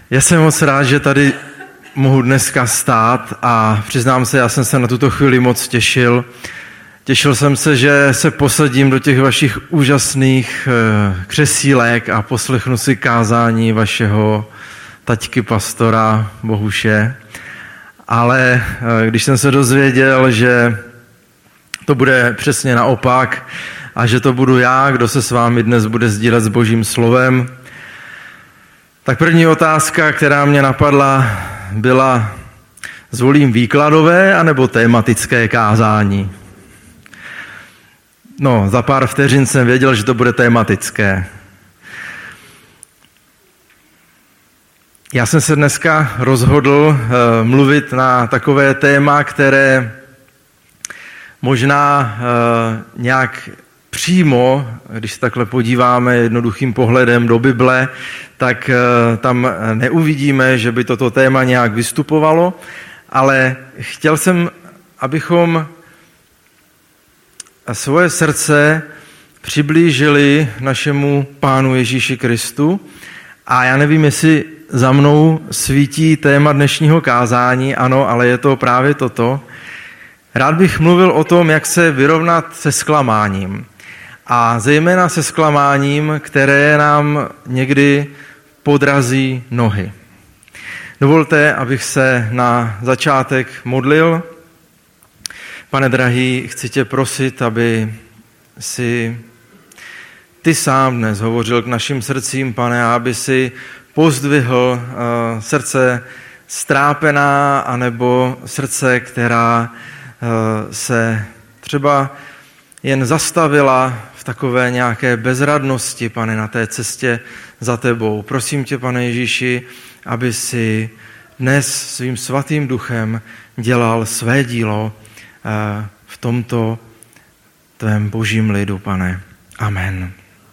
Já jsem moc rád, že tady mohu dneska stát a přiznám se, já jsem se na tuto chvíli moc těšil. Těšil jsem se, že se posadím do těch vašich úžasných křesílek a poslechnu si kázání vašeho taťky pastora Bohuše. Ale když jsem se dozvěděl, že to bude přesně naopak a že to budu já, kdo se s vámi dnes bude sdílet s Božím slovem, tak první otázka, která mě napadla, byla: zvolím výkladové anebo tematické kázání? No, za pár vteřin jsem věděl, že to bude tematické. Já jsem se dneska rozhodl mluvit na takové téma, které možná nějak přímo, když se takhle podíváme jednoduchým pohledem do Bible, tak tam neuvidíme, že by toto téma nějak vystupovalo, ale chtěl jsem, abychom svoje srdce přiblížili našemu Pánu Ježíši Kristu. A já nevím, jestli za mnou svítí téma dnešního kázání, ano, ale je to právě toto. Rád bych mluvil o tom, jak se vyrovnat se zklamáním. A zejména se zklamáním, které nám někdy podrazí nohy. Dovolte, abych se na začátek modlil. Pane drahý, chci tě prosit, aby si ty sám dnes hovořil k našim srdcím, Pane, a aby si pozdvihl srdce strápená, anebo srdce, která se třeba jen zastavila v takové nějaké bezradnosti, Pane, na té cestě za tebou. Prosím tě, Pane Ježíši, aby si dnes svým svatým duchem dělal své dílo v tomto tvém božím lidu, Pane. Amen.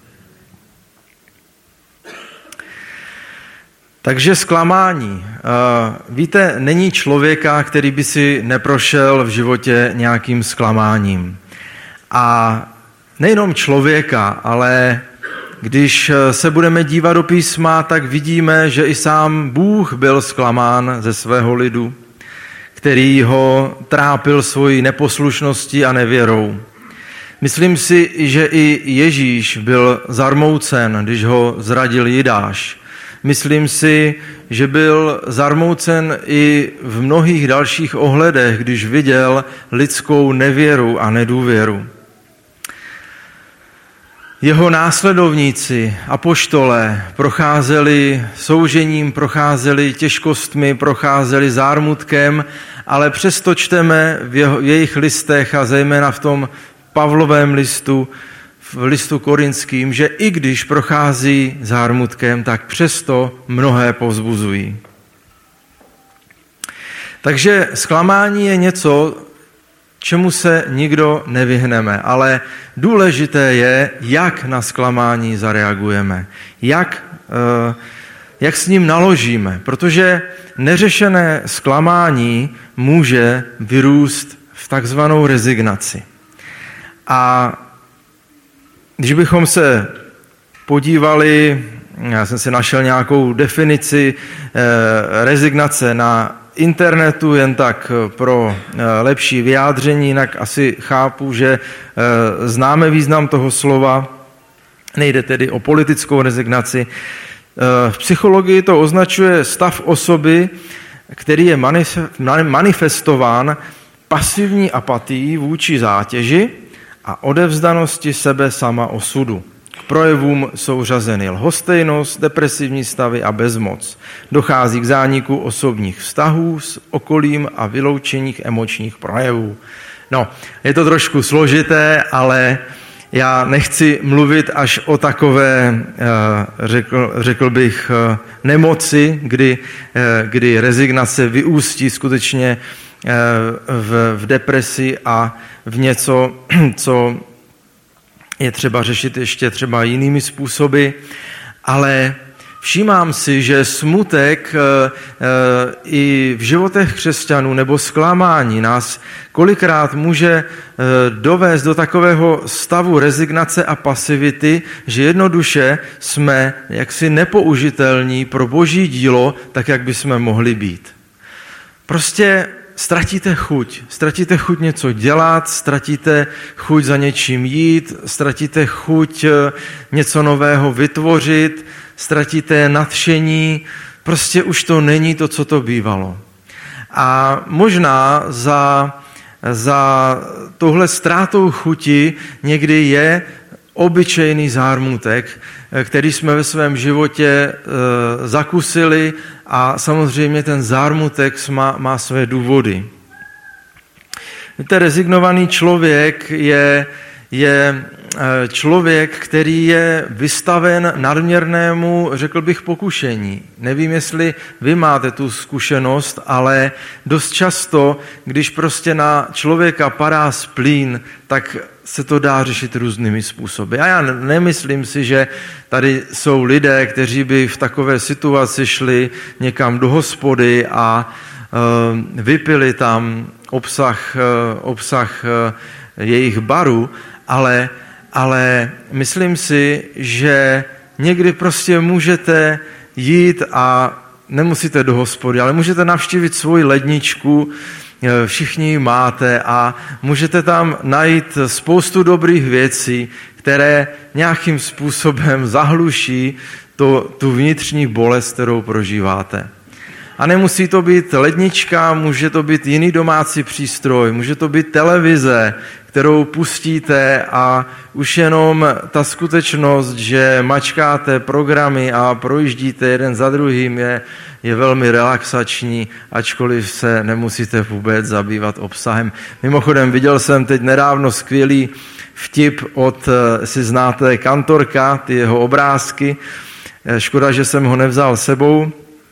Takže zklamání. Víte, není člověka, který by si neprošel v životě nějakým zklamáním. A nejenom člověka, ale když se budeme dívat do písma, tak vidíme, že i sám Bůh byl zklamán ze svého lidu, který ho trápil svojí neposlušností a nevěrou. Myslím si, že i Ježíš byl zarmoucen, když ho zradil Jidáš. Myslím si, že byl zarmoucen i v mnohých dalších ohledech, když viděl lidskou nevěru a nedůvěru. Jeho následovníci, apoštolé, procházeli soužením, procházeli těžkostmi, procházeli zármutkem, ale přesto čteme v jejich listech a zejména v tom Pavlovém listu, v listu korinským, že i když prochází zármutkem, tak přesto mnohé povzbuzují. Takže zklamání je něco, čemu se nikdo nevyhneme, ale důležité je, jak na zklamání zareagujeme, jak s ním naložíme, protože neřešené zklamání může vyrůst v takzvanou rezignaci. A když bychom se podívali, já jsem si našel nějakou definici rezignace na internetu, jen tak pro lepší vyjádření, jinak asi chápu, že známe význam toho slova, nejde tedy o politickou rezignaci. V psychologii to označuje stav osoby, který je manifestován pasivní apatií vůči zátěži a odevzdanosti sebe sama osudu. K projevům jsou řazeny lhostejnost, depresivní stavy a bezmoc. Dochází k zániku osobních vztahů s okolím a vyloučení emočních projevů. No, je to trošku složité, ale já nechci mluvit až o takové, řekl bych, nemoci, kdy rezignace vyústí skutečně v depresi a v něco, co je třeba řešit ještě třeba jinými způsoby, ale Všímám si, že smutek i v životech křesťanů nebo zklamání nás kolikrát může dovést do takového stavu rezignace a pasivity, že jednoduše jsme jaksi nepoužitelní pro Boží dílo, tak jak bychom mohli být. Prostě ztratíte chuť něco dělat, ztratíte chuť za něčím jít, ztratíte chuť něco nového vytvořit, ztratíte nadšení, prostě už to není to, co to bývalo. A možná za touhle ztrátou chuti někdy je obyčejný zármutek, který jsme ve svém životě zakusili a samozřejmě ten zármutek má své důvody. Víte, rezignovaný člověk je člověk, který je vystaven nadměrnému, řekl bych, pokušení. Nevím, jestli vy máte tu zkušenost, ale dost často, když prostě na člověka padá splín, tak se to dá řešit různými způsoby. A já nemyslím si, že tady jsou lidé, kteří by v takové situaci šli někam do hospody a vypili tam obsah jejich baru, ale myslím si, že někdy prostě můžete jít a nemusíte do hospody, ale můžete navštívit svoji ledničku, všichni ji máte a můžete tam najít spoustu dobrých věcí, které nějakým způsobem zahluší tu vnitřní bolest, kterou prožíváte. A nemusí to být lednička, může to být jiný domácí přístroj, může to být televize, kterou pustíte a už jenom ta skutečnost, že mačkáte programy a projíždíte jeden za druhým, je velmi relaxační, ačkoliv se nemusíte vůbec zabývat obsahem. Mimochodem, viděl jsem teď nedávno skvělý vtip si znáte Kantorka, ty jeho obrázky. Škoda, že jsem ho nevzal sebou.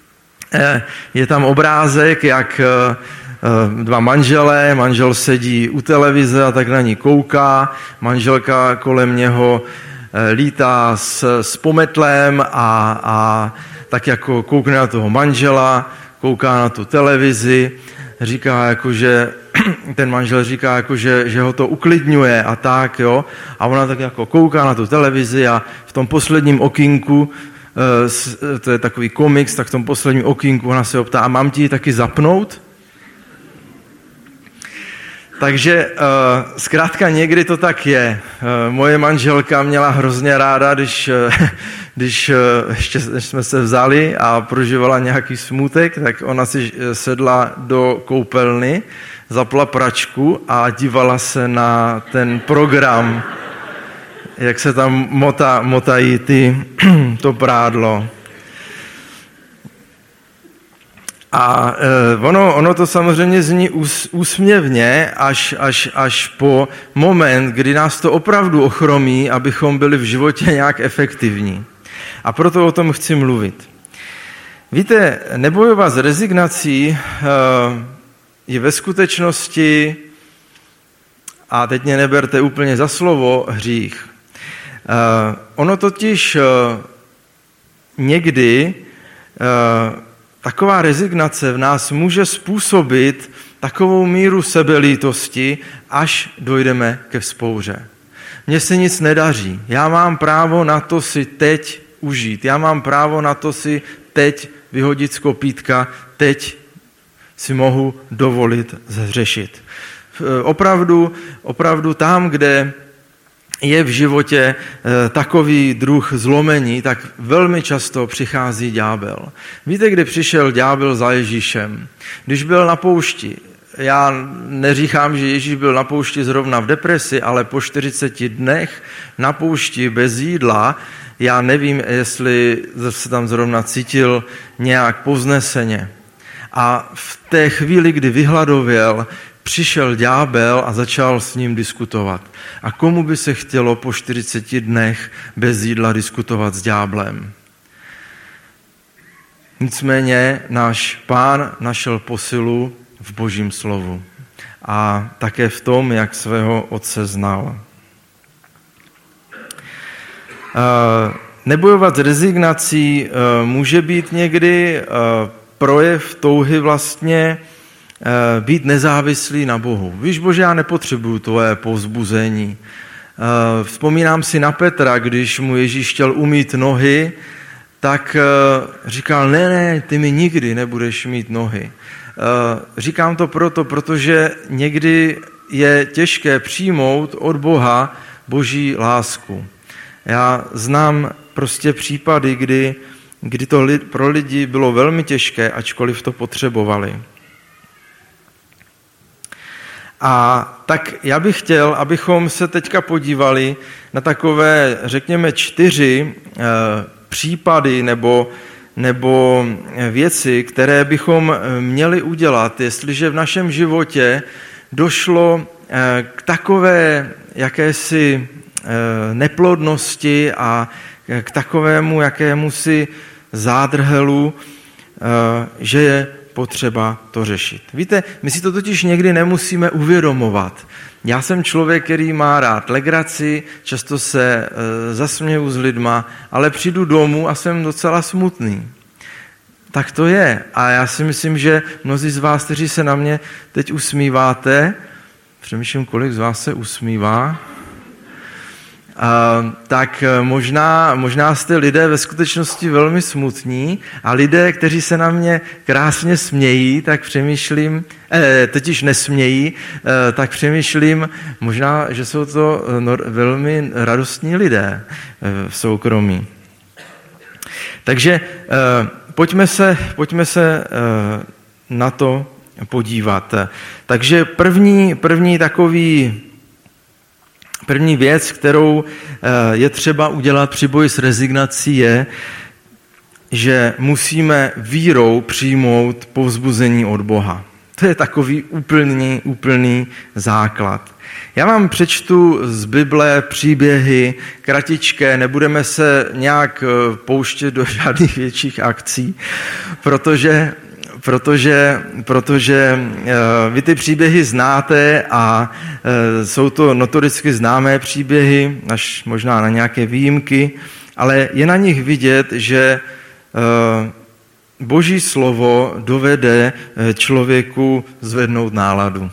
Je tam obrázek, jak dva manžel sedí u televize a tak na ní kouká, manželka kolem něho lítá s pometlem a tak jako koukne na toho manžela, kouká na tu televizi, říká jakože, ten manžel říká jakože, že ho to uklidňuje a tak, jo, a ona tak jako kouká na tu televizi a v tom posledním okýnku, to je takový komiks, tak v tom posledním okýnku ona se optá, a mám ti ji taky zapnout? Takže zkrátka někdy to tak je. Moje manželka měla hrozně ráda, když ještě jsme se vzali a prožívala nějaký smutek, tak ona si sedla do koupelny, zapla pračku a dívala se na ten program, jak se tam motají to prádlo. A ono to samozřejmě zní úsměvně až po moment, kdy nás to opravdu ochromí, abychom byli v životě nějak efektivní. A proto o tom chci mluvit. Víte, nebojovat s rezignací je ve skutečnosti, a teď mě neberte úplně za slovo, hřích. Ono totiž někdy taková rezignace v nás může způsobit takovou míru sebelítosti, až dojdeme ke vzpouře. Mně se nic nedaří. Já mám právo na to si teď užít. Já mám právo na to si teď vyhodit z kopítka. Teď si mohu dovolit zhřešit. Opravdu tam, kde je v životě takový druh zlomení, tak velmi často přichází ďábel. Víte, kdy přišel ďábel za Ježíšem? Když byl na poušti. Já neříkám, že Ježíš byl na poušti zrovna v depresi, ale po 40 dnech na poušti bez jídla, já nevím, jestli se tam zrovna cítil nějak povzneseně. A v té chvíli, kdy vyhladověl, přišel ďábel a začal s ním diskutovat. A komu by se chtělo po 40 dnech bez jídla diskutovat s ďáblem? Nicméně náš Pán našel posilu v Božím slovu a také v tom, jak svého Otce znal. Nebojovat s rezignací může být někdy projev touhy vlastně být nezávislý na Bohu. Víš, Bože, já nepotřebuju tvoje povzbuzení. Vzpomínám si na Petra, když mu Ježíš chtěl umýt nohy, tak říkal, ne, ty mi nikdy nebudeš mít nohy. Říkám to protože někdy je těžké přijmout od Boha Boží lásku. Já znám prostě případy, kdy to pro lidi bylo velmi těžké, ačkoliv to potřebovali. A tak já bych chtěl, abychom se teďka podívali na takové, řekněme, 4 případy nebo věci, které bychom měli udělat, jestliže v našem životě došlo k takové jakési neplodnosti a k takovému jakémusi zádrhelu, že je potřeba to řešit. Víte, my si to totiž někdy nemusíme uvědomovat. Já jsem člověk, který má rád legraci, často se zasměju s lidma, ale přijdu domů a jsem docela smutný. Tak to je. A já si myslím, že mnozí z vás, kteří se na mě teď usmíváte, přemýšlím, kolik z vás se usmívá, tak možná jste lidé ve skutečnosti velmi smutní a lidé, kteří se na mě krásně smějí, tak přemýšlím, totiž nesmějí, tak přemýšlím, možná, že jsou to velmi radostní lidé v soukromí. Takže pojďme se na to podívat. Takže První věc, kterou je třeba udělat při boji s rezignací, je, že musíme vírou přijmout povzbuzení od Boha. To je takový úplný základ. Já vám přečtu z Bible příběhy kratičké, nebudeme se nějak pouštět do žádných větších akcí, protože vy ty příběhy znáte a jsou to notoricky známé příběhy, až možná na nějaké výjimky, ale je na nich vidět, že Boží slovo dovede člověku zvednout náladu.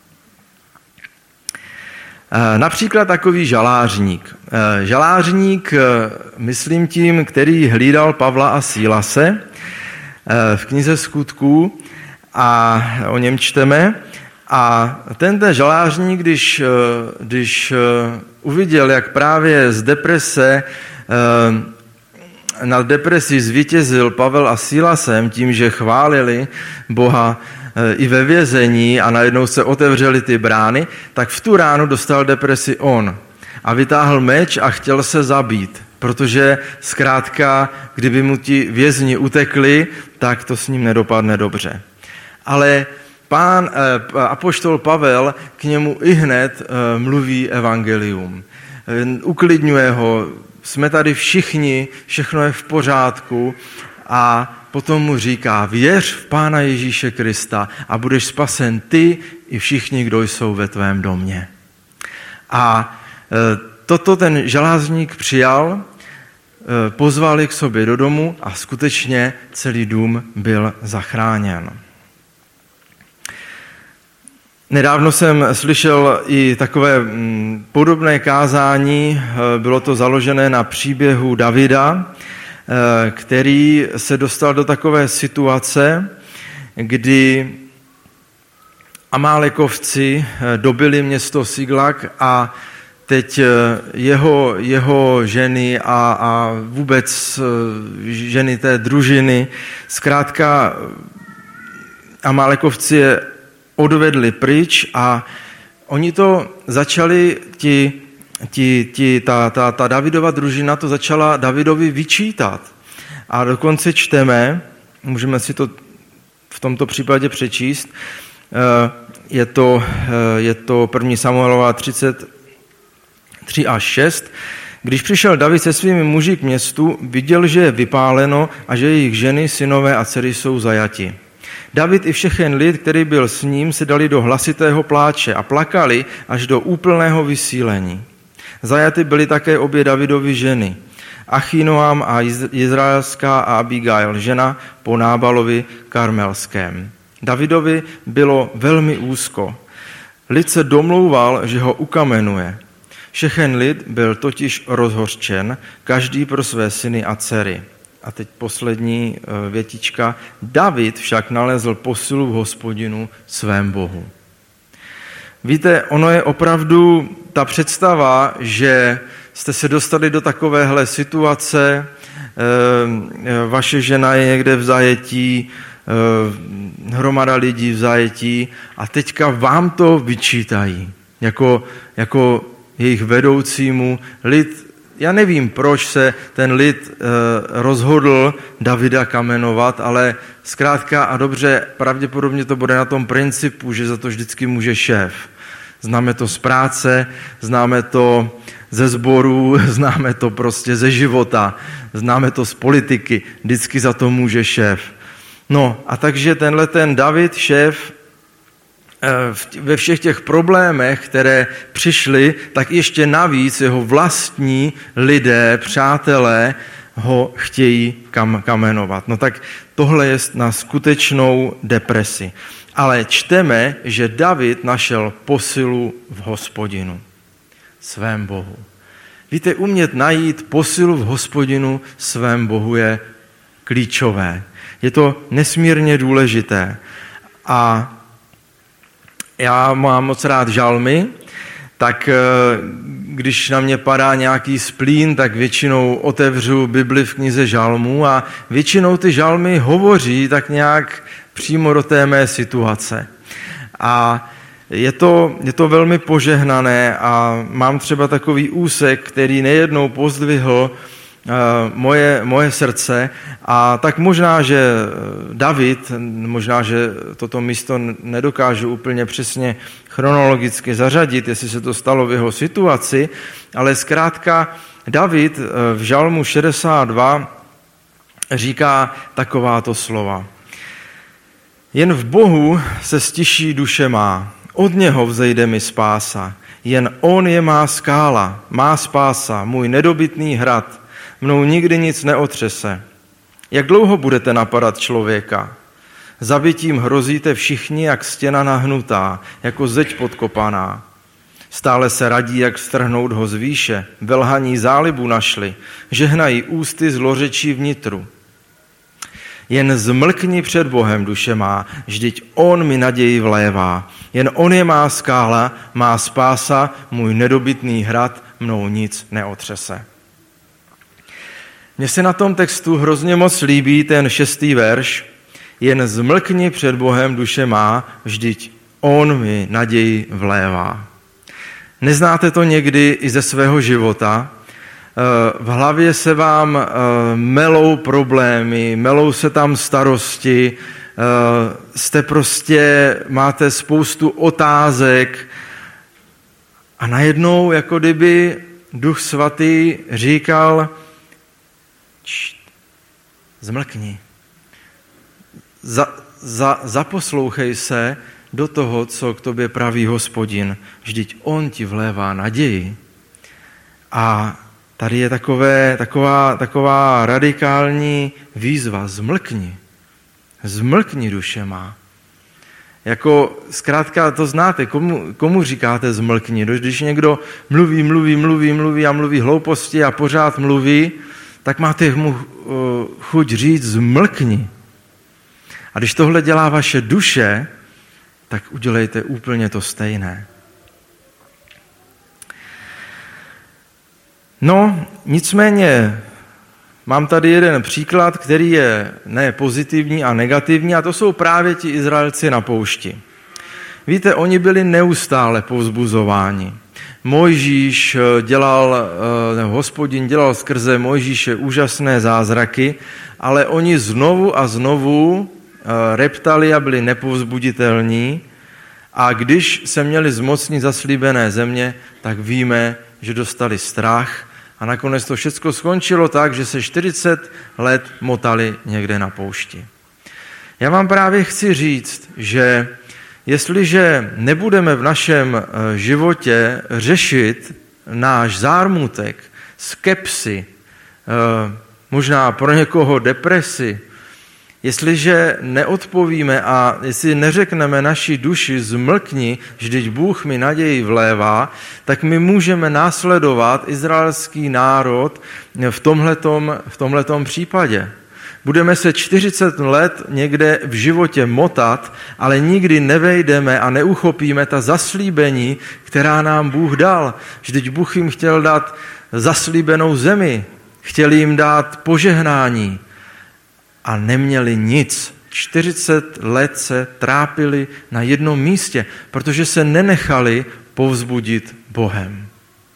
Například takový žalářník. Žalářník, myslím tím, který hlídal Pavla a Sílase, v knize Skutků a o něm čteme. A ten žalářník, když uviděl, jak právě z deprese nad depresí zvítězil Pavel a Sílasem tím, že chválili Boha i ve vězení a najednou se otevřely ty brány, tak v tu ránu dostal depresi on a vytáhl meč a chtěl se zabít. Protože zkrátka, kdyby mu ti vězni utekli, tak to s ním nedopadne dobře. Ale apoštol Pavel k němu ihned mluví evangelium. Uklidňuje ho, jsme tady všichni, všechno je v pořádku a potom mu říká, věř v Pána Ježíše Krista a budeš spasen ty i všichni, kdo jsou ve tvém domě. A toto ten žalářník přijal, pozvali k sobě do domu a skutečně celý dům byl zachráněn. Nedávno jsem slyšel i takové podobné kázání, bylo to založené na příběhu Davida, který se dostal do takové situace, kdy Amálekovci dobili město Siglak a teď jeho ženy a vůbec ženy té družiny, zkrátka Amálekovci je odvedli pryč a oni to začali, ta Davidova družina to začala Davidovi vyčítat. A dokonce čteme, můžeme si to v tomto případě přečíst, je to 1. Samuelova 33 až 6. Když přišel David se svými muži k městu, viděl, že je vypáleno a že jejich ženy, synové a dcery jsou zajati. David i všechen lid, který byl s ním, se dali do hlasitého pláče a plakali až do úplného vysílení. Zajaty byly také obě Davidovy ženy. Achinoam a izraelská a Abigail, žena po Nábalovi karmelském. Davidovi bylo velmi úzko. Lid se domlouval, že ho ukamenuje. Všechen lid byl totiž rozhořčen, každý pro své syny a dcery. A teď poslední větička. David však nalezl posilu v Hospodinu svém Bohu. Víte, ono je opravdu ta představa, že jste se dostali do takovéhle situace, vaše žena je někde v zajetí, hromada lidí v zajetí a teďka vám to vyčítají, jako jejich vedoucímu. Lid, já nevím, proč se ten lid rozhodl Davida kamenovat, ale zkrátka a dobře, pravděpodobně to bude na tom principu, že za to vždycky může šéf. Známe to z práce, známe to ze sborů, známe to prostě ze života, známe to z politiky, vždycky za to může šéf. No a takže tenhle ten David, šéf, ve všech těch problémech, které přišly, tak ještě navíc jeho vlastní lidé, přátelé ho chtějí kamenovat. No tak tohle je na skutečnou depresi. Ale čteme, že David našel posilu v Hospodinu, svém Bohu. Víte, umět najít posilu v Hospodinu, svém Bohu je klíčové. Je to nesmírně důležité. A já mám moc rád žalmy, tak když na mě padá nějaký splín, tak většinou otevřu Bibli v knize žalmů a většinou ty žalmy hovoří tak nějak přímo do té mé situace. A je to velmi požehnané a mám třeba takový úsek, který nejednou pozdvihl moje srdce a tak možná, že David, možná, že toto místo nedokážu úplně přesně chronologicky zařadit, jestli se to stalo v jeho situaci, ale zkrátka David v žalmu 62 říká takováto slova. Jen v Bohu se stiší duše má, od něho vzejde mi spása. Jen on je má skála, má spása, můj nedobytný hrad, mnou nikdy nic neotřese. Jak dlouho budete napadat člověka? Zabitím hrozíte všichni, jak stěna nahnutá, jako zeď podkopaná. Stále se radí, jak strhnout ho z výše, velhaní zálibu našli, žehnají ústy zlořečí vnitru. Jen zmlkni před Bohem, duše má, vždyť on mi naději vlévá. Jen on je má skála, má spása, můj nedobytný hrad, mnou nic neotřese. Mně se na tom textu hrozně moc líbí ten 6. verš. Jen zmlkni před Bohem, duše má, vždyť on mi naději vlévá. Neznáte to někdy i ze svého života? V hlavě se vám melou problémy, melou se tam starosti, máte spoustu otázek a najednou, jako kdyby Duch Svatý říkal, zmlkni, zaposlouchej se do toho, co k tobě praví Hospodin, vždyť on ti vlévá naději. A tady je taková radikální výzva, zmlkni duše má. Jako zkrátka to znáte, komu říkáte zmlkni? Když někdo mluví a mluví hlouposti a pořád mluví, tak máte mu chuť říct zmlkni. A když tohle dělá vaše duše, tak udělejte úplně to stejné. No, nicméně mám tady jeden příklad, který je ne pozitivní a negativní, a to jsou právě ti Izraelci na poušti. Víte, oni byli neustále povzbuzováni. Hospodin dělal skrze Mojžíše úžasné zázraky, ale oni znovu a znovu reptali a byli nepovzbuditelní a když se měli zmocnit zaslíbené země, tak víme, že dostali strach a nakonec to všechno skončilo tak, že se 40 let motali někde na poušti. Já vám právě chci říct, že jestliže nebudeme v našem životě řešit náš zármutek, skepsi, možná pro někoho depresi, jestliže neodpovíme a jestli neřekneme naší duši zmlkni, vždyť Bůh mi naději vlévá, tak my můžeme následovat izraelský národ v tomhletom případě. Budeme se 40 let někde v životě motat, ale nikdy nevejdeme a neuchopíme ta zaslíbení, která nám Bůh dal. Vždyť Bůh jim chtěl dát zaslíbenou zemi, chtěl jim dát požehnání a neměli nic. 40 let se trápili na jednom místě, protože se nenechali povzbudit Bohem.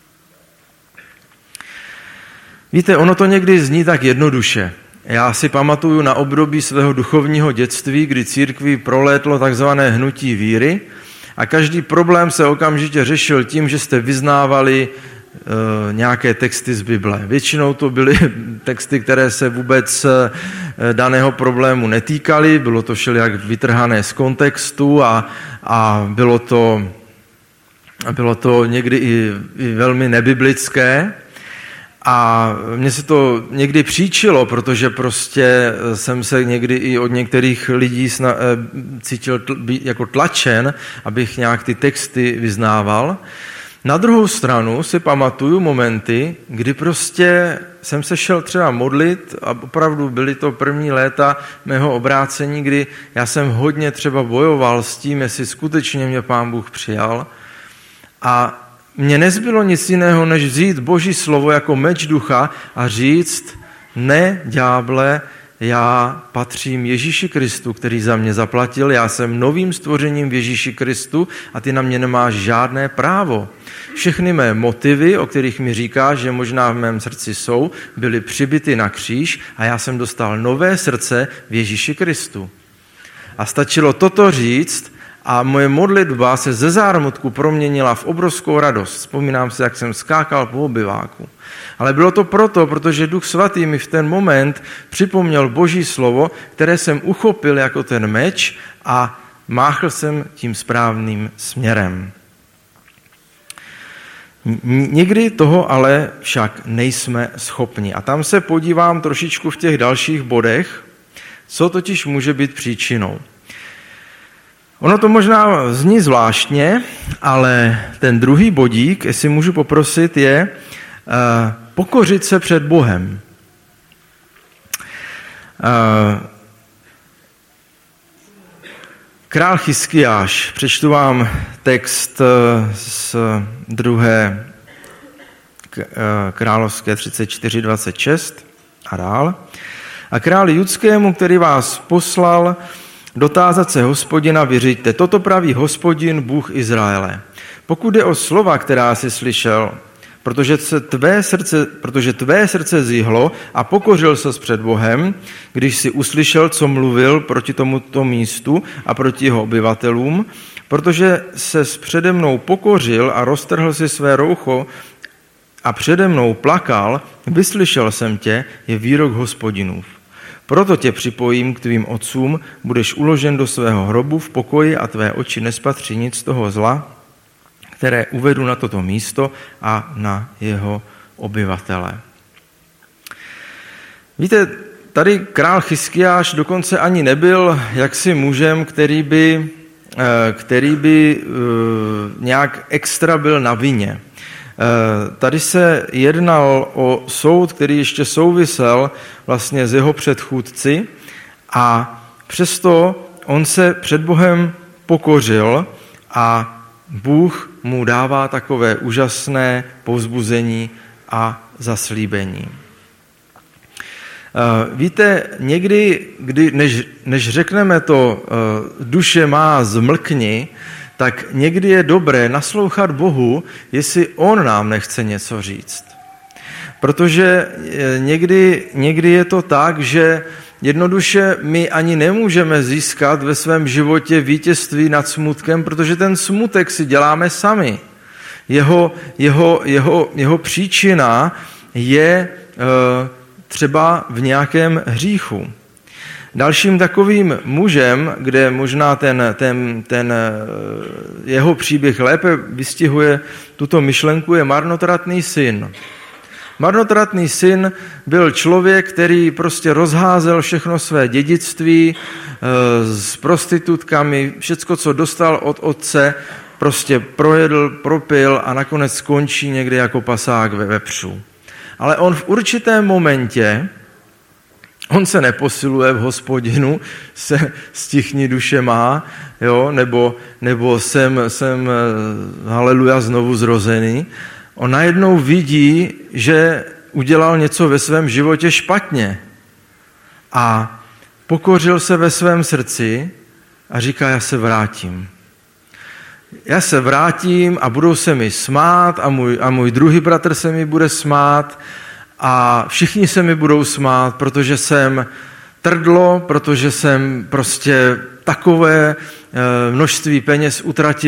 Víte, ono to někdy zní tak jednoduše. Já si pamatuju na období svého duchovního dětství, kdy církví prolétlo takzvané hnutí víry a každý problém se okamžitě řešil tím, že jste vyznávali nějaké texty z Bible. Většinou to byly texty, které se vůbec daného problému netýkaly, bylo to všelijak vytrhané z kontextu a bylo to někdy i velmi nebiblické. A mně se to někdy příčilo, protože prostě jsem se někdy i od některých lidí cítil jako tlačen, abych nějak ty texty vyznával. Na druhou stranu si pamatuju momenty, kdy prostě jsem se šel třeba modlit a opravdu byly to první léta mého obrácení, kdy já jsem hodně třeba bojoval s tím, jestli skutečně mě Pán Bůh přijal. A mně nezbylo nic jiného, než vzít Boží slovo jako meč ducha a říct, ne, ďáble, já patřím Ježíši Kristu, který za mě zaplatil, já jsem novým stvořením v Ježíši Kristu a ty na mě nemáš žádné právo. Všechny mé motivy, o kterých mi říkáš, že možná v mém srdci jsou, byly přibity na kříž a já jsem dostal nové srdce v Ježíši Kristu. A stačilo toto říct, a moje modlitba se ze zármutku proměnila v obrovskou radost. Vzpomínám si, jak jsem skákal po obyváku. Ale bylo to proto, protože Duch Svatý mi v ten moment připomněl Boží slovo, které jsem uchopil jako ten meč a máchl jsem tím správným směrem. Někdy toho ale však nejsme schopni. A tam se podívám trošičku v těch dalších bodech, co totiž může být příčinou. Ono to možná zní zvláštně, ale ten druhý bodík, jestli můžu poprosit, je pokořit se před Bohem. Král Chiskiáš, přečtu vám text z 2. královské 34:26 a dál. A králi judskému, který vás poslal, dotázat se Hospodina, vyřiďte, toto praví Hospodin, Bůh Izraele. Pokud jde o slova, která jsi slyšel, protože tvé srdce zihlo a pokořil ses před Bohem, když jsi uslyšel, co mluvil proti tomuto místu a proti jeho obyvatelům, protože ses přede mnou pokořil a roztrhl si své roucho a přede mnou plakal, vyslyšel jsem tě, je výrok Hospodinův. Proto tě připojím k tvým otcům, budeš uložen do svého hrobu v pokoji a tvé oči nespatří nic z toho zla, které uvedu na toto místo a na jeho obyvatele. Víte, tady král Chiskiáš dokonce ani nebyl jaksi mužem, který by nějak extra byl na vině. Tady se jednal o soud, který ještě souvisel vlastně s jeho předchůdci a přesto on se před Bohem pokořil a Bůh mu dává takové úžasné povzbuzení a zaslíbení. Víte, někdy, než řekneme to duše má zmlkni, tak někdy je dobré naslouchat Bohu, jestli on nám nechce něco říct. Protože někdy je to tak, že jednoduše my ani nemůžeme získat ve svém životě vítězství nad smutkem, protože ten smutek si děláme sami. Jeho příčina je třeba v nějakém hříchu. Dalším takovým mužem, kde možná ten jeho příběh lépe vystihuje tuto myšlenku, je marnotratný syn. Marnotratný syn byl člověk, který prostě rozházel všechno své dědictví s prostitutkami, všecko, co dostal od otce, prostě projedl, propil a nakonec skončí někde jako pasák ve vepřu. Ale on v určitém momentě, on se neposiluje v Hospodinu, se stichni duše má, jo, nebo jsem haleluja znovu zrozený. On najednou vidí, že udělal něco ve svém životě špatně a pokořil se ve svém srdci a říká, já se vrátím. Já se vrátím a budou se mi smát a můj druhý bratr se mi bude smát a všichni se mi budou smát, protože jsem trdlo, protože jsem prostě takové množství peněz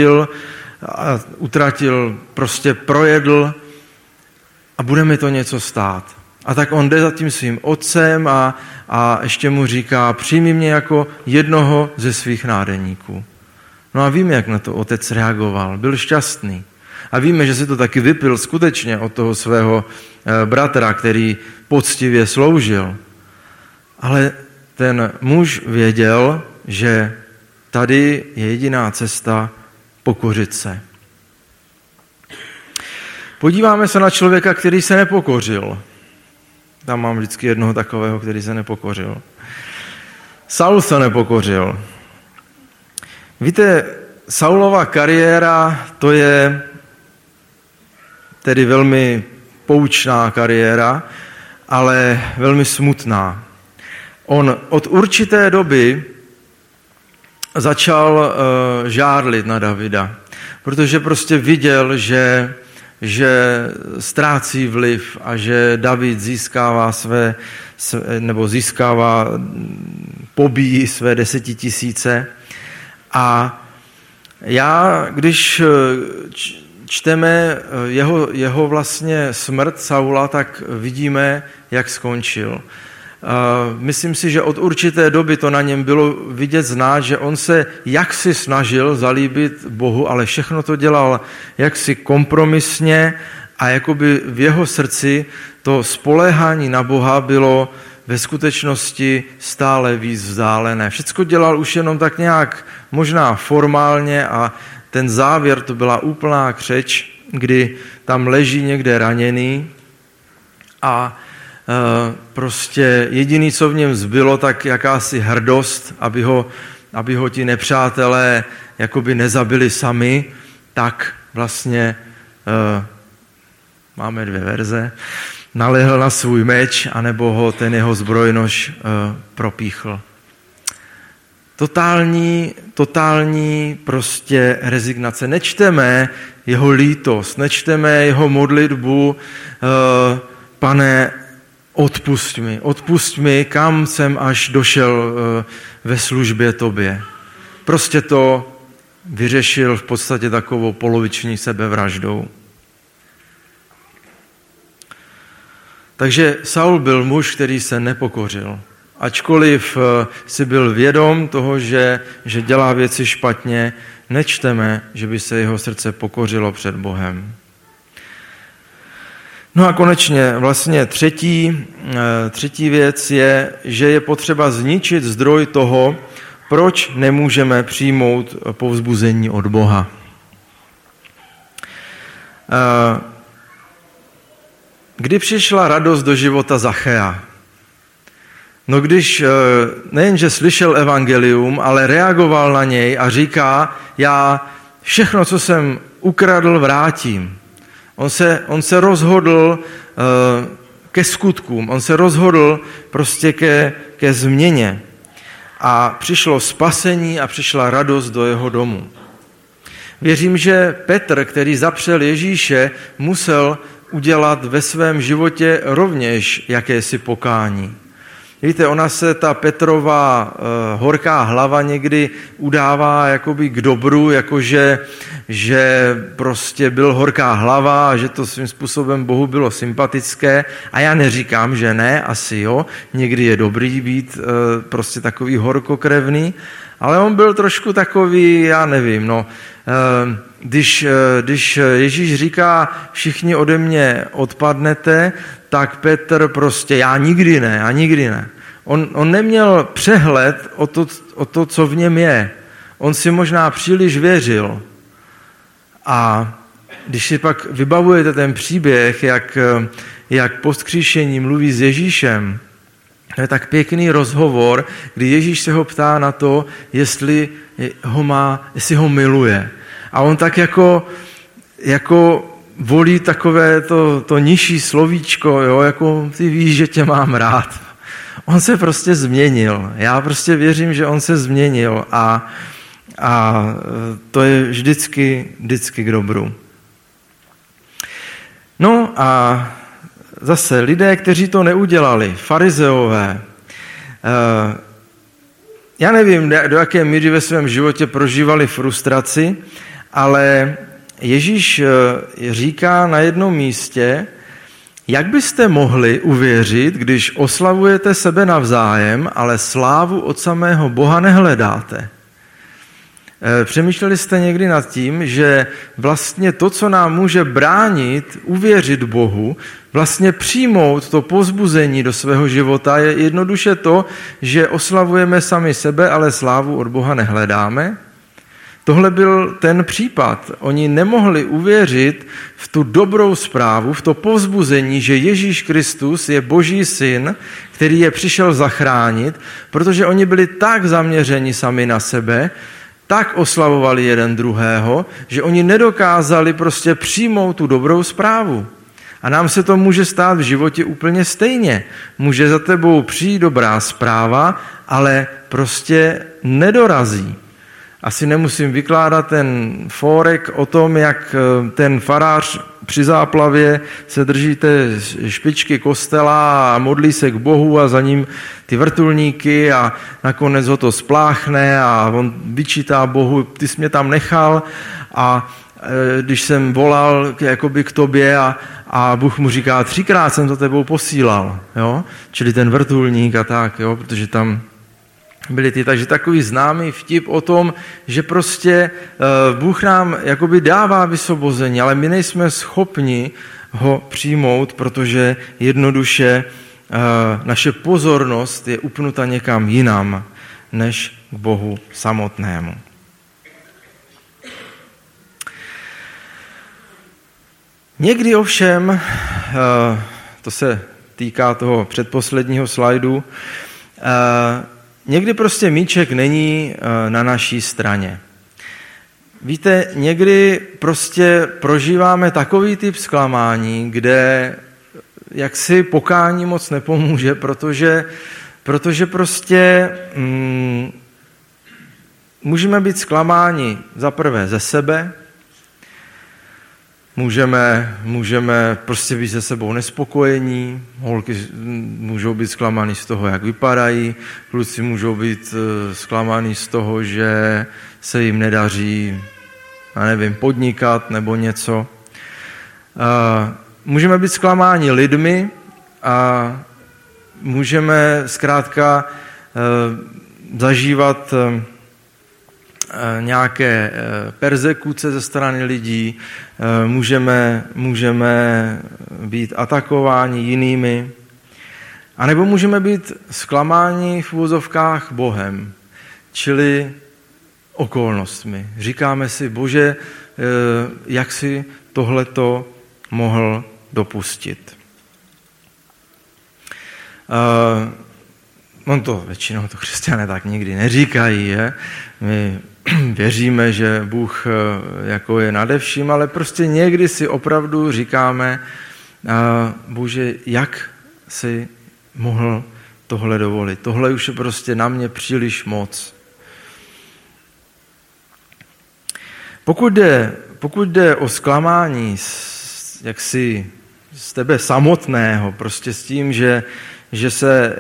utratil, prostě projedl a bude mi to něco stát. A tak on jde za tím svým otcem a ještě mu říká, přijmi mě jako jednoho ze svých nádeníků. No a víme, jak na to otec reagoval. Byl šťastný. A víme, že si to taky vypil skutečně od toho svého bratra, který poctivě sloužil. Ale ten muž věděl, že tady je jediná cesta pokořit se. Podíváme se na člověka, který se nepokořil. Tam mám vždycky jednoho takového, který se nepokořil. Saul se nepokořil. Víte, Saulova kariéra, to je tedy velmi poučná kariéra, ale velmi smutná. On od určité doby začal žárlit na Davida, protože prostě viděl, že ztrácí vliv a že David pobíjí své 10 000. A já, když čteme jeho vlastně smrt Saula, tak vidíme, jak skončil. Myslím si, že od určité doby to na něm bylo vidět znát, že on se jaksi snažil zalíbit Bohu, ale všechno to dělal jaksi kompromisně a jakoby v jeho srdci to spoléhání na Boha bylo ve skutečnosti stále víc vzdálené. Všecko dělal už jenom tak nějak možná formálně a ten závěr to byla úplná křeč, kdy tam leží někde raněný a prostě jediný, co v něm zbylo, tak jakási hrdost, aby ho ti nepřátelé jakoby nezabili sami, tak vlastně máme 2 verze, nalehl na svůj meč, anebo ho ten jeho zbrojnož propíchl. Totální prostě rezignace. Nečteme jeho lítost, nečteme jeho modlitbu, Pane, odpusť mi, kam jsem až došel ve službě tobě. Prostě to vyřešil v podstatě takovou poloviční sebevraždou. Takže Saul byl muž, který se nepokořil. Ačkoliv si byl vědom toho, že dělá věci špatně, nečteme, že by se jeho srdce pokořilo před Bohem. No a konečně vlastně třetí věc je, že je potřeba zničit zdroj toho, proč nemůžeme přijmout povzbuzení od Boha. Kdy přišla radost do života Zachea? No když nejenže slyšel evangelium, ale reagoval na něj a říká, já všechno, co jsem ukradl, vrátím. On se rozhodl ke skutkům, on se rozhodl prostě ke změně. A přišlo spasení a přišla radost do jeho domu. Věřím, že Petr, který zapřel Ježíše, musel udělat ve svém životě rovněž jakési pokání. Víte, ona se ta Petrova horká hlava někdy udává jakoby k dobru, jakože že prostě byl horká hlava a že to svým způsobem Bohu bylo sympatické. A já neříkám, že ne, asi jo, někdy je dobrý být prostě takový horkokrevný, ale on byl trošku takový, já nevím, když Ježíš říká, všichni ode mě odpadnete, tak Petr prostě, já nikdy ne. On neměl přehled o to, co v něm je. On si možná příliš věřil. A když si pak vybavujete ten příběh, jak po vzkříšení mluví s Ježíšem, to je tak pěkný rozhovor, kdy Ježíš se ho ptá na to, jestli ho miluje. A on tak jako volí takové to nižší slovíčko, jo, jako ty víš, že tě mám rád. On se prostě změnil. Já prostě věřím, že on se změnil a to je vždycky k dobru. No a zase lidé, kteří to neudělali, farizeové. Já nevím, do jaké míry ve svém životě prožívali frustraci, ale Ježíš říká na jednom místě, jak byste mohli uvěřit, když oslavujete sebe navzájem, ale slávu od samého Boha nehledáte. Přemýšleli jste někdy nad tím, že vlastně to, co nám může bránit uvěřit Bohu, vlastně přijmout to povzbuzení do svého života, je jednoduše to, že oslavujeme sami sebe, ale slávu od Boha nehledáme? Tohle byl ten případ. Oni nemohli uvěřit v tu dobrou zprávu, v to povzbuzení, že Ježíš Kristus je Boží syn, který je přišel zachránit, protože oni byli tak zaměřeni sami na sebe, tak oslavovali jeden druhého, že oni nedokázali prostě přijmout tu dobrou zprávu. A nám se to může stát v životě úplně stejně. Může za tebou přijít dobrá zpráva, ale prostě nedorazí. Asi nemusím vykládat ten fórek o tom, jak ten farář při záplavě se drží té špičky kostela a modlí se k Bohu a za ním ty vrtulníky a nakonec ho to spláchne a on vyčítá Bohu, ty jsi mě tam nechal a když jsem volal jakoby k tobě a Bůh mu říká, 3krát jsem to tebou posílal, jo? Čili ten vrtulník a tak, jo? Protože tam byli ty, takže takový známý vtip o tom, že prostě Bůh nám jakoby dává vysvobození, ale my nejsme schopni ho přijmout, protože jednoduše naše pozornost je upnuta někam jinam, než k Bohu samotnému. Někdy ovšem, to se týká toho předposledního slajdu, někdy prostě míček není na naší straně. Víte, někdy prostě prožíváme takový typ zklamání, kde jaksi pokání moc nepomůže, protože prostě můžeme být zklamáni zaprvé ze sebe, můžeme prostě být se sebou nespokojení, holky můžou být zklamány z toho, jak vypadají, kluci můžou být zklamány z toho, že se jim nedaří, já nevím, podnikat nebo něco. Můžeme být zklamáni lidmi a můžeme zkrátka zažívat nějaké perzekuce ze strany lidí, můžeme být atakováni jinými, anebo můžeme být zklamáni v uvozovkách Bohem, čili okolnostmi. Říkáme si, Bože, jak si tohleto mohl dopustit. On to většinou to křesťané tak nikdy neříkají, je? My věříme, že Bůh jako je nade vším, ale prostě někdy si opravdu říkáme, Bože, jak si mohl tohle dovolit? Tohle už je prostě na mě příliš moc. Pokud jde o zklamání jaksi z tebe samotného, prostě s tím, že se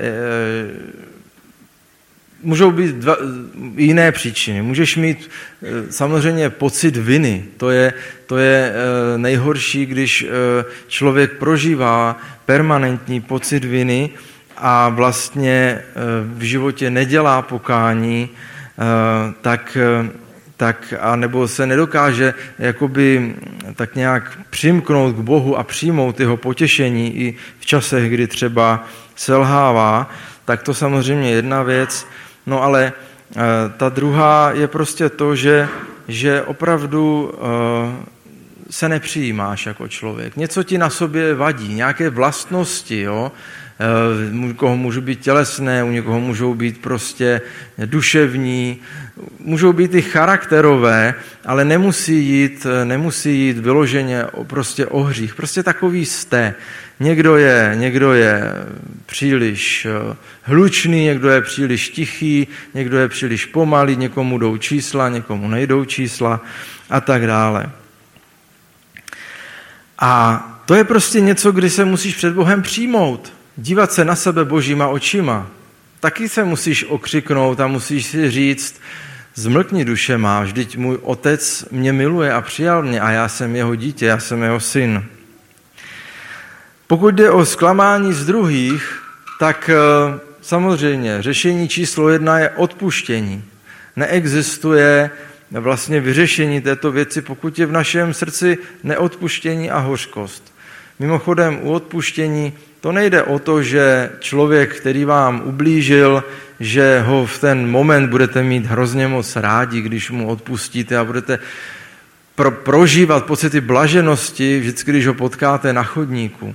můžou být jiné příčiny. Můžeš mít samozřejmě pocit viny. To je nejhorší, když člověk prožívá permanentní pocit viny a vlastně v životě nedělá pokání, tak a nebo se nedokáže jakoby tak nějak přimknout k Bohu a přijmout jeho potěšení i v časech, kdy třeba selhává, tak to samozřejmě jedna věc. No ale ta druhá je prostě to, že opravdu se nepřijímáš jako člověk. Něco ti na sobě vadí, nějaké vlastnosti, jo? U někoho můžou být tělesné, u někoho můžou být prostě duševní, můžou být i charakterové, ale nemusí jít vyloženě prostě o hřích. Prostě takový jste. Někdo je příliš hlučný, někdo je příliš tichý, někdo je příliš pomalý, někomu jdou čísla, někomu nejdou čísla a tak dále. A to je prostě něco, kdy se musíš před Bohem přijmout. Dívat se na sebe božíma očima. Taky se musíš okřiknout a musíš si říct, zmlkni duše má, vždyť můj otec mě miluje a přijal mě a já jsem jeho dítě, já jsem jeho syn. Pokud jde o zklamání z druhých, tak samozřejmě řešení číslo 1 je odpuštění. Neexistuje vlastně vyřešení této věci, pokud je v našem srdci neodpuštění a hořkost. Mimochodem u odpuštění to nejde o to, že člověk, který vám ublížil, že ho v ten moment budete mít hrozně moc rádi, když mu odpustíte a budete prožívat pocity blaženosti, vždycky, když ho potkáte na chodníku.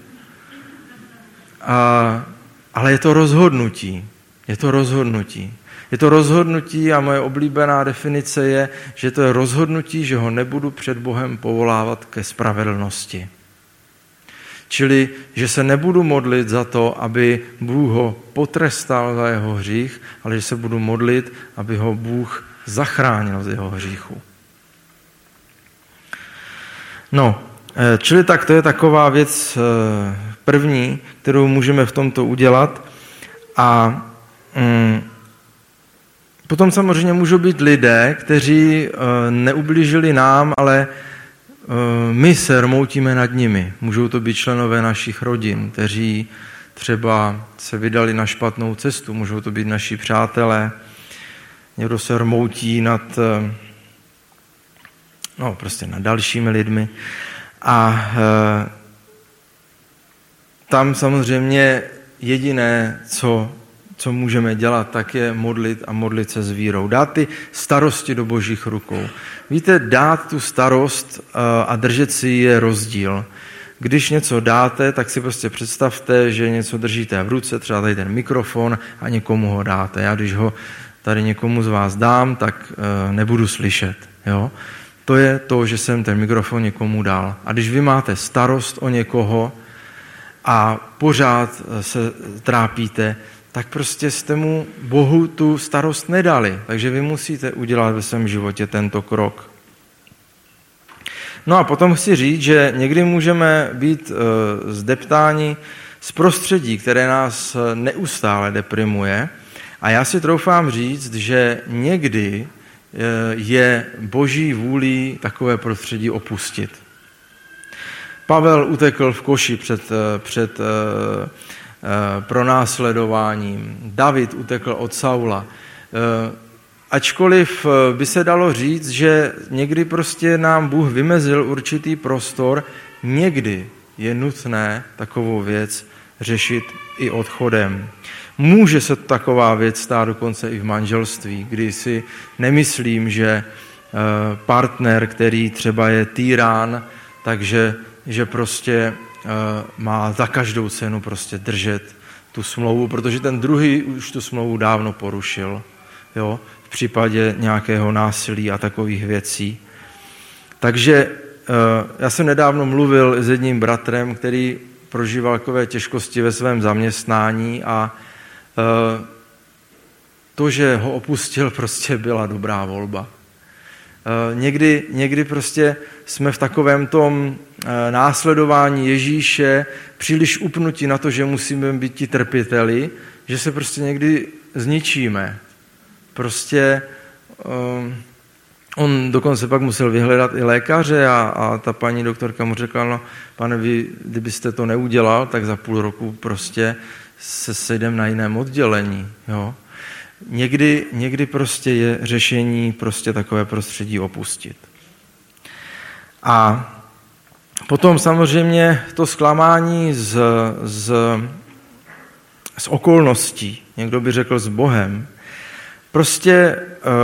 Ale je to rozhodnutí. Je to rozhodnutí. Je to rozhodnutí a moje oblíbená definice je, že to je rozhodnutí, že ho nebudu před Bohem povolávat ke spravedlnosti. Čili, že se nebudu modlit za to, aby Bůh ho potrestal za jeho hřích, ale že se budu modlit, aby ho Bůh zachránil z jeho hříchu. No, čili tak to je taková věc první, kterou můžeme v tomto udělat. A potom samozřejmě můžou být lidé, kteří neublížili nám, ale my se rmoutíme nad nimi. Můžou to být členové našich rodin, kteří třeba se vydali na špatnou cestu, můžou to být naši přátelé, někdo se rmoutí nad dalšími lidmi. A tam samozřejmě jediné, co můžeme dělat, tak je modlit a modlit se s vírou. Dát ty starosti do božích rukou. Víte, dát tu starost a držet si je rozdíl. Když něco dáte, tak si prostě představte, že něco držíte v ruce, třeba tady ten mikrofon a někomu ho dáte. Já když ho tady někomu z vás dám, tak nebudu slyšet. Jo? To je to, že jsem ten mikrofon někomu dal. A když vy máte starost o někoho a pořád se trápíte, tak prostě jste mu Bohu tu starost nedali. Takže vy musíte udělat ve svém životě tento krok. No a potom chci říct, že někdy můžeme být zdeptáni z prostředí, které nás neustále deprimuje. A já si troufám říct, že někdy je boží vůlí takové prostředí opustit. Pavel utekl v koši před pronásledováním. David utekl od Saula. Ačkoliv by se dalo říct, že někdy prostě nám Bůh vymezil určitý prostor, někdy je nutné takovou věc řešit i odchodem. Může se taková věc stát dokonce i v manželství, kdy si nemyslím, že partner, který třeba je týrán, takže že prostě má za každou cenu prostě držet tu smlouvu, protože ten druhý už tu smlouvu dávno porušil, jo, v případě nějakého násilí a takových věcí. Takže já jsem nedávno mluvil s jedním bratrem, který prožíval takové těžkosti ve svém zaměstnání a to, že ho opustil, prostě byla dobrá volba. Někdy prostě jsme v takovém tom následování Ježíše příliš upnutí na to, že musíme být ti trpěteli, že se prostě někdy zničíme. Prostě on dokonce pak musel vyhledat i lékaře a ta paní doktorka mu řekla, no pane, vy, kdybyste to neudělal, tak za půl roku prostě se sejdem na jiném oddělení. Jo? Někdy prostě je řešení prostě takové prostředí opustit. A potom samozřejmě to zklamání z okolností, někdo by řekl s Bohem, prostě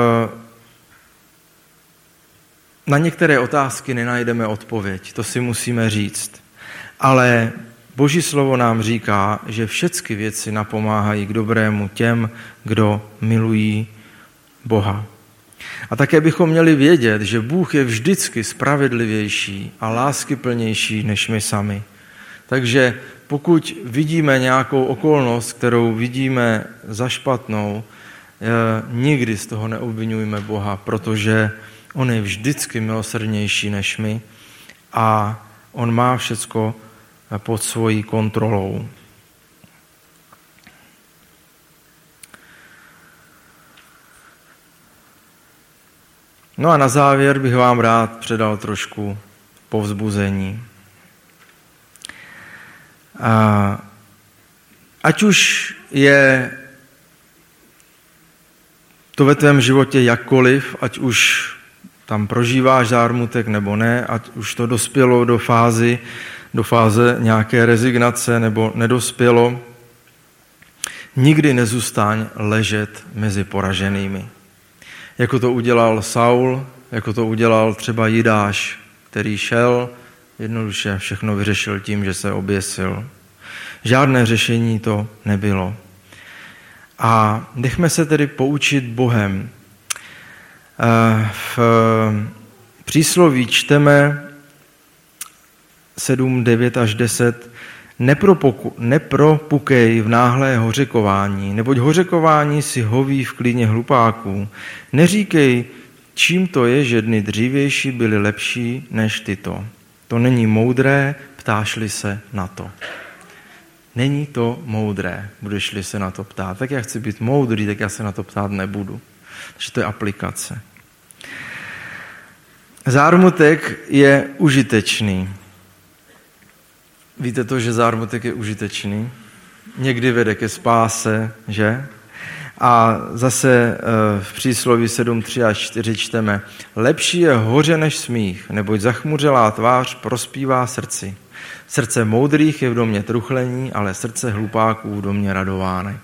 na některé otázky nenajdeme odpověď, to si musíme říct. Ale Boží slovo nám říká, že všechny věci napomáhají k dobrému těm, kdo milují Boha. A také bychom měli vědět, že Bůh je vždycky spravedlivější a láskyplnější než my sami. Takže pokud vidíme nějakou okolnost, kterou vidíme za špatnou, nikdy z toho neobvinujme Boha, protože on je vždycky milosrdnější než my a on má všecko pod svojí kontrolou. No a na závěr bych vám rád předal trošku povzbuzení. Ať už je to ve tvém životě jakkoliv, ať už tam prožíváš zármutek nebo ne, ať už to dospělo do fáze nějaké rezignace nebo nedospělo, nikdy nezůstaň ležet mezi poraženými. Jako to udělal Saul, jako to udělal třeba Jidáš, který šel, jednoduše všechno vyřešil tím, že se oběsil. Žádné řešení to nebylo. A nechme se tedy poučit Bohem. V přísloví čteme 7, 9 až 10. Nepropukej v náhlé hořekování, neboť hořekování si hoví v klíně hlupáků. Neříkej, čím to je, že dny dřívější byly lepší než tyto. To není moudré, ptáš-li se na to. Není to moudré, budeš-li se na to ptát. Tak já chci být moudrý, tak já se na to ptát nebudu. Takže to je aplikace. Zármutek je užitečný. Víte to, že zármutek je užitečný? Někdy vede ke spáse, že? A zase v přísloví 7, 3 až 4 čteme: lepší je hoře než smích, neboť zachmuřelá tvář prospívá srdci. Srdce moudrých je v domě truchlení, ale srdce hlupáků v domě radovánek.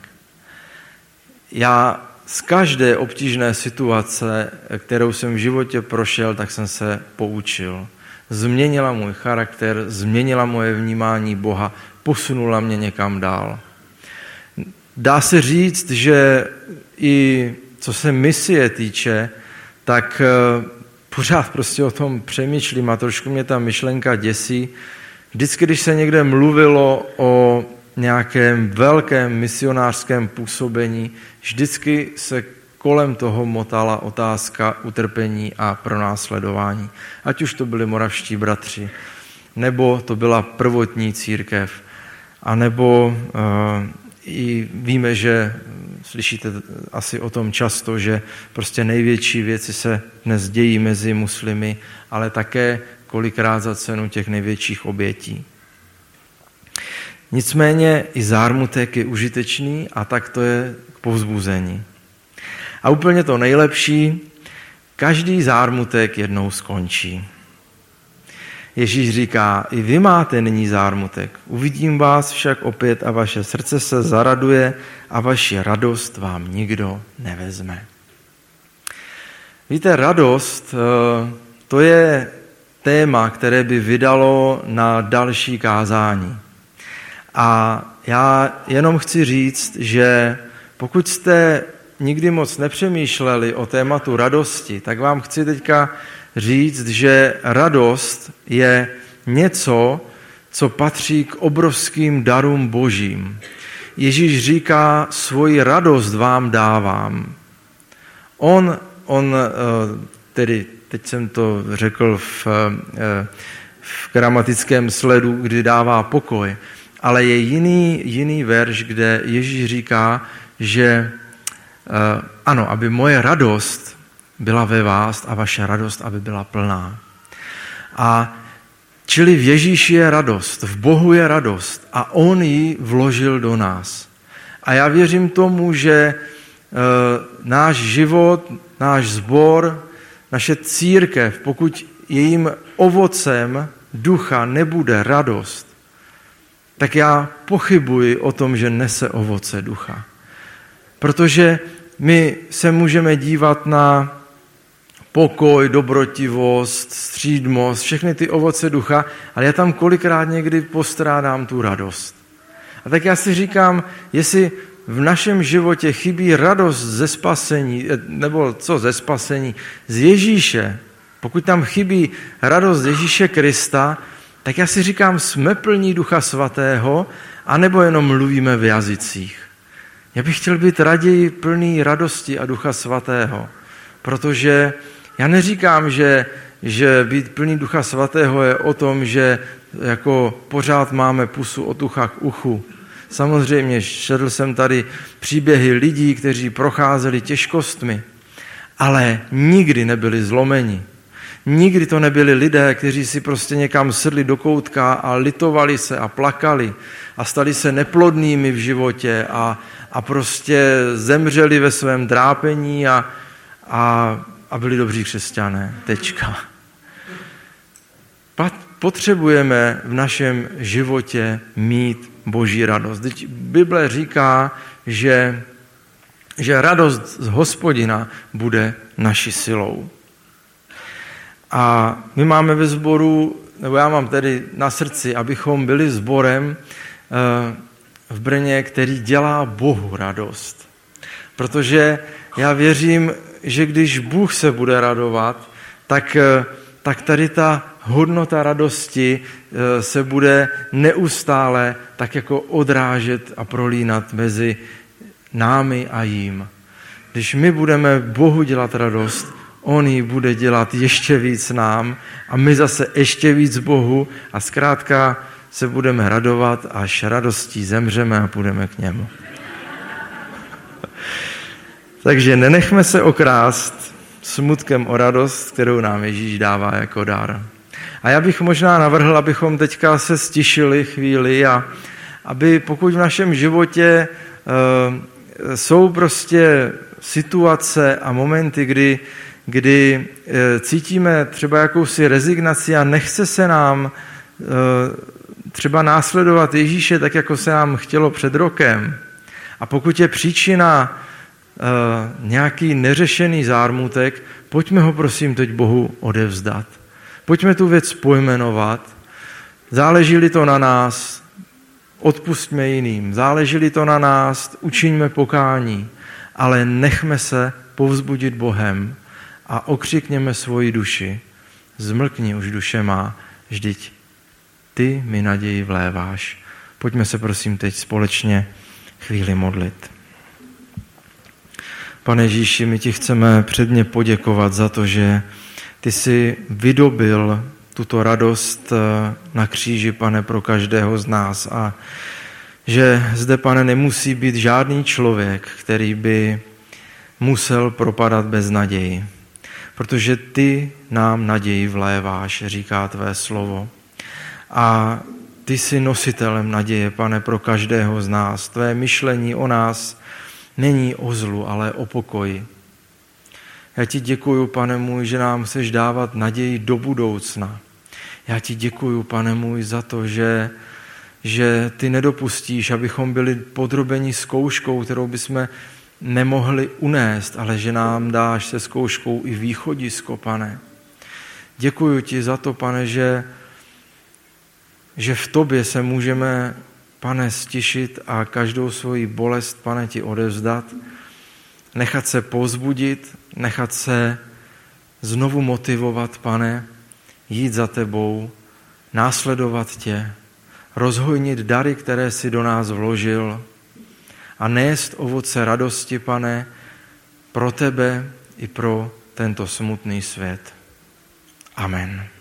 Já z každé obtížné situace, kterou jsem v životě prošel, tak jsem se poučil. Změnila můj charakter, změnila moje vnímání Boha, posunula mě někam dál. Dá se říct, že i co se misie týče, tak pořád prostě o tom přemýšlím a trošku mě ta myšlenka děsí. Vždycky, když se někde mluvilo o nějakém velkém misionářském působení, vždycky se kolem toho motala otázka utrpení a pronásledování. Ať už to byli moravští bratři, nebo to byla prvotní církev, anebo i víme, že slyšíte asi o tom často, že prostě největší věci se dnes dějí mezi muslimy, ale také kolikrát za cenu těch největších obětí. Nicméně i zármutek je užitečný a tak to je k povzbuzení. A úplně to nejlepší, každý zármutek jednou skončí. Ježíš říká, i vy máte nyní zármutek, uvidím vás však opět a vaše srdce se zaraduje a vaši radost vám nikdo nevezme. Víte, radost, to je téma, které by vydalo na další kázání. A já jenom chci říct, že pokud jste nikdy moc nepřemýšleli o tématu radosti, tak vám chci teďka říct, že radost je něco, co patří k obrovským darům božím. Ježíš říká, svoji radost vám dávám. On tedy, teď jsem to řekl v gramatickém sledu, kdy dává pokoj, ale je jiný verš, kde Ježíš říká, že ano, aby moje radost byla ve vás a vaše radost, aby byla plná. A čili v Ježíši je radost, v Bohu je radost a on ji vložil do nás. A já věřím tomu, že náš život, náš sbor, naše církev, pokud jejím ovocem ducha nebude radost, tak já pochybuji o tom, že nese ovoce ducha. Protože my se můžeme dívat na pokoj, dobrotivost, střídmost, všechny ty ovoce ducha, ale já tam kolikrát někdy postrádám tu radost. A tak já si říkám, jestli v našem životě chybí radost ze spasení, nebo co ze spasení, z Ježíše, pokud tam chybí radost z Ježíše Krista, tak já si říkám, jsme plní Ducha Svatého, anebo jenom mluvíme v jazycích. Já bych chtěl být raději plný radosti a Ducha Svatého, protože já neříkám, že být plný Ducha Svatého je o tom, že jako pořád máme pusu od ucha k uchu. Samozřejmě četl jsem tady příběhy lidí, kteří procházeli těžkostmi, ale nikdy nebyli zlomeni. Nikdy to nebyli lidé, kteří si prostě někam sedli do koutka a litovali se a plakali a stali se neplodnými v životě a prostě zemřeli ve svém trápení a byli dobří křesťané. Tečka. Potřebujeme v našem životě mít Boží radost. Bible říká, že radost z Hospodina bude naší silou. A my máme ve sboru, nebo já mám tedy na srdci, abychom byli sborem v Brně, který dělá Bohu radost. Protože já věřím, že když Bůh se bude radovat, tak tady ta hodnota radosti se bude neustále tak jako odrážet a prolínat mezi námi a jím. Když my budeme Bohu dělat radost, on ji bude dělat ještě víc nám a my zase ještě víc Bohu a zkrátka se budeme radovat, až radostí zemřeme a půjdeme k němu. Takže nenechme se okrást smutkem o radost, kterou nám Ježíš dává jako dar. A já bych možná navrhl, abychom teďka se stišili chvíli a aby pokud v našem životě jsou prostě situace a momenty, kdy cítíme třeba jakousi rezignaci a nechce se nám třeba následovat Ježíše tak, jako se nám chtělo před rokem. A pokud je příčina nějaký neřešený zármutek, pojďme ho prosím teď Bohu odevzdat. Pojďme tu věc pojmenovat. Záleží-li to na nás, odpustme jiným. Záleží-li to na nás, učiňme pokání. Ale nechme se povzbudit Bohem a okřikněme svoji duši. Zmlkni už duše má, vždyť ty mi naději vléváš. Pojďme se prosím teď společně chvíli modlit. Pane Ježíši, my ti chceme předně poděkovat za to, že ty jsi vydobil tuto radost na kříži, Pane, pro každého z nás a že zde, Pane, nemusí být žádný člověk, který by musel propadat bez naději, protože ty nám naději vléváš, říká tvé slovo. A ty jsi nositelem naděje, Pane, pro každého z nás. Tvé myšlení o nás není o zlu, ale o pokoji. Já ti děkuju, Pane můj, že nám chceš dávat naději do budoucna. Já ti děkuju, Pane můj, za to, že ty nedopustíš, abychom byli podrobeni zkouškou, kterou bychom nemohli unést, ale že nám dáš se zkouškou i východisko, Pane. Děkuju ti za to, Pane, že v tobě se můžeme, Pane, stišit a každou svoji bolest, Pane, ti odevzdat, nechat se povzbudit, nechat se znovu motivovat, Pane, jít za tebou, následovat tě, rozhojnit dary, které jsi do nás vložil a nést ovoce radosti, Pane, pro tebe i pro tento smutný svět. Amen.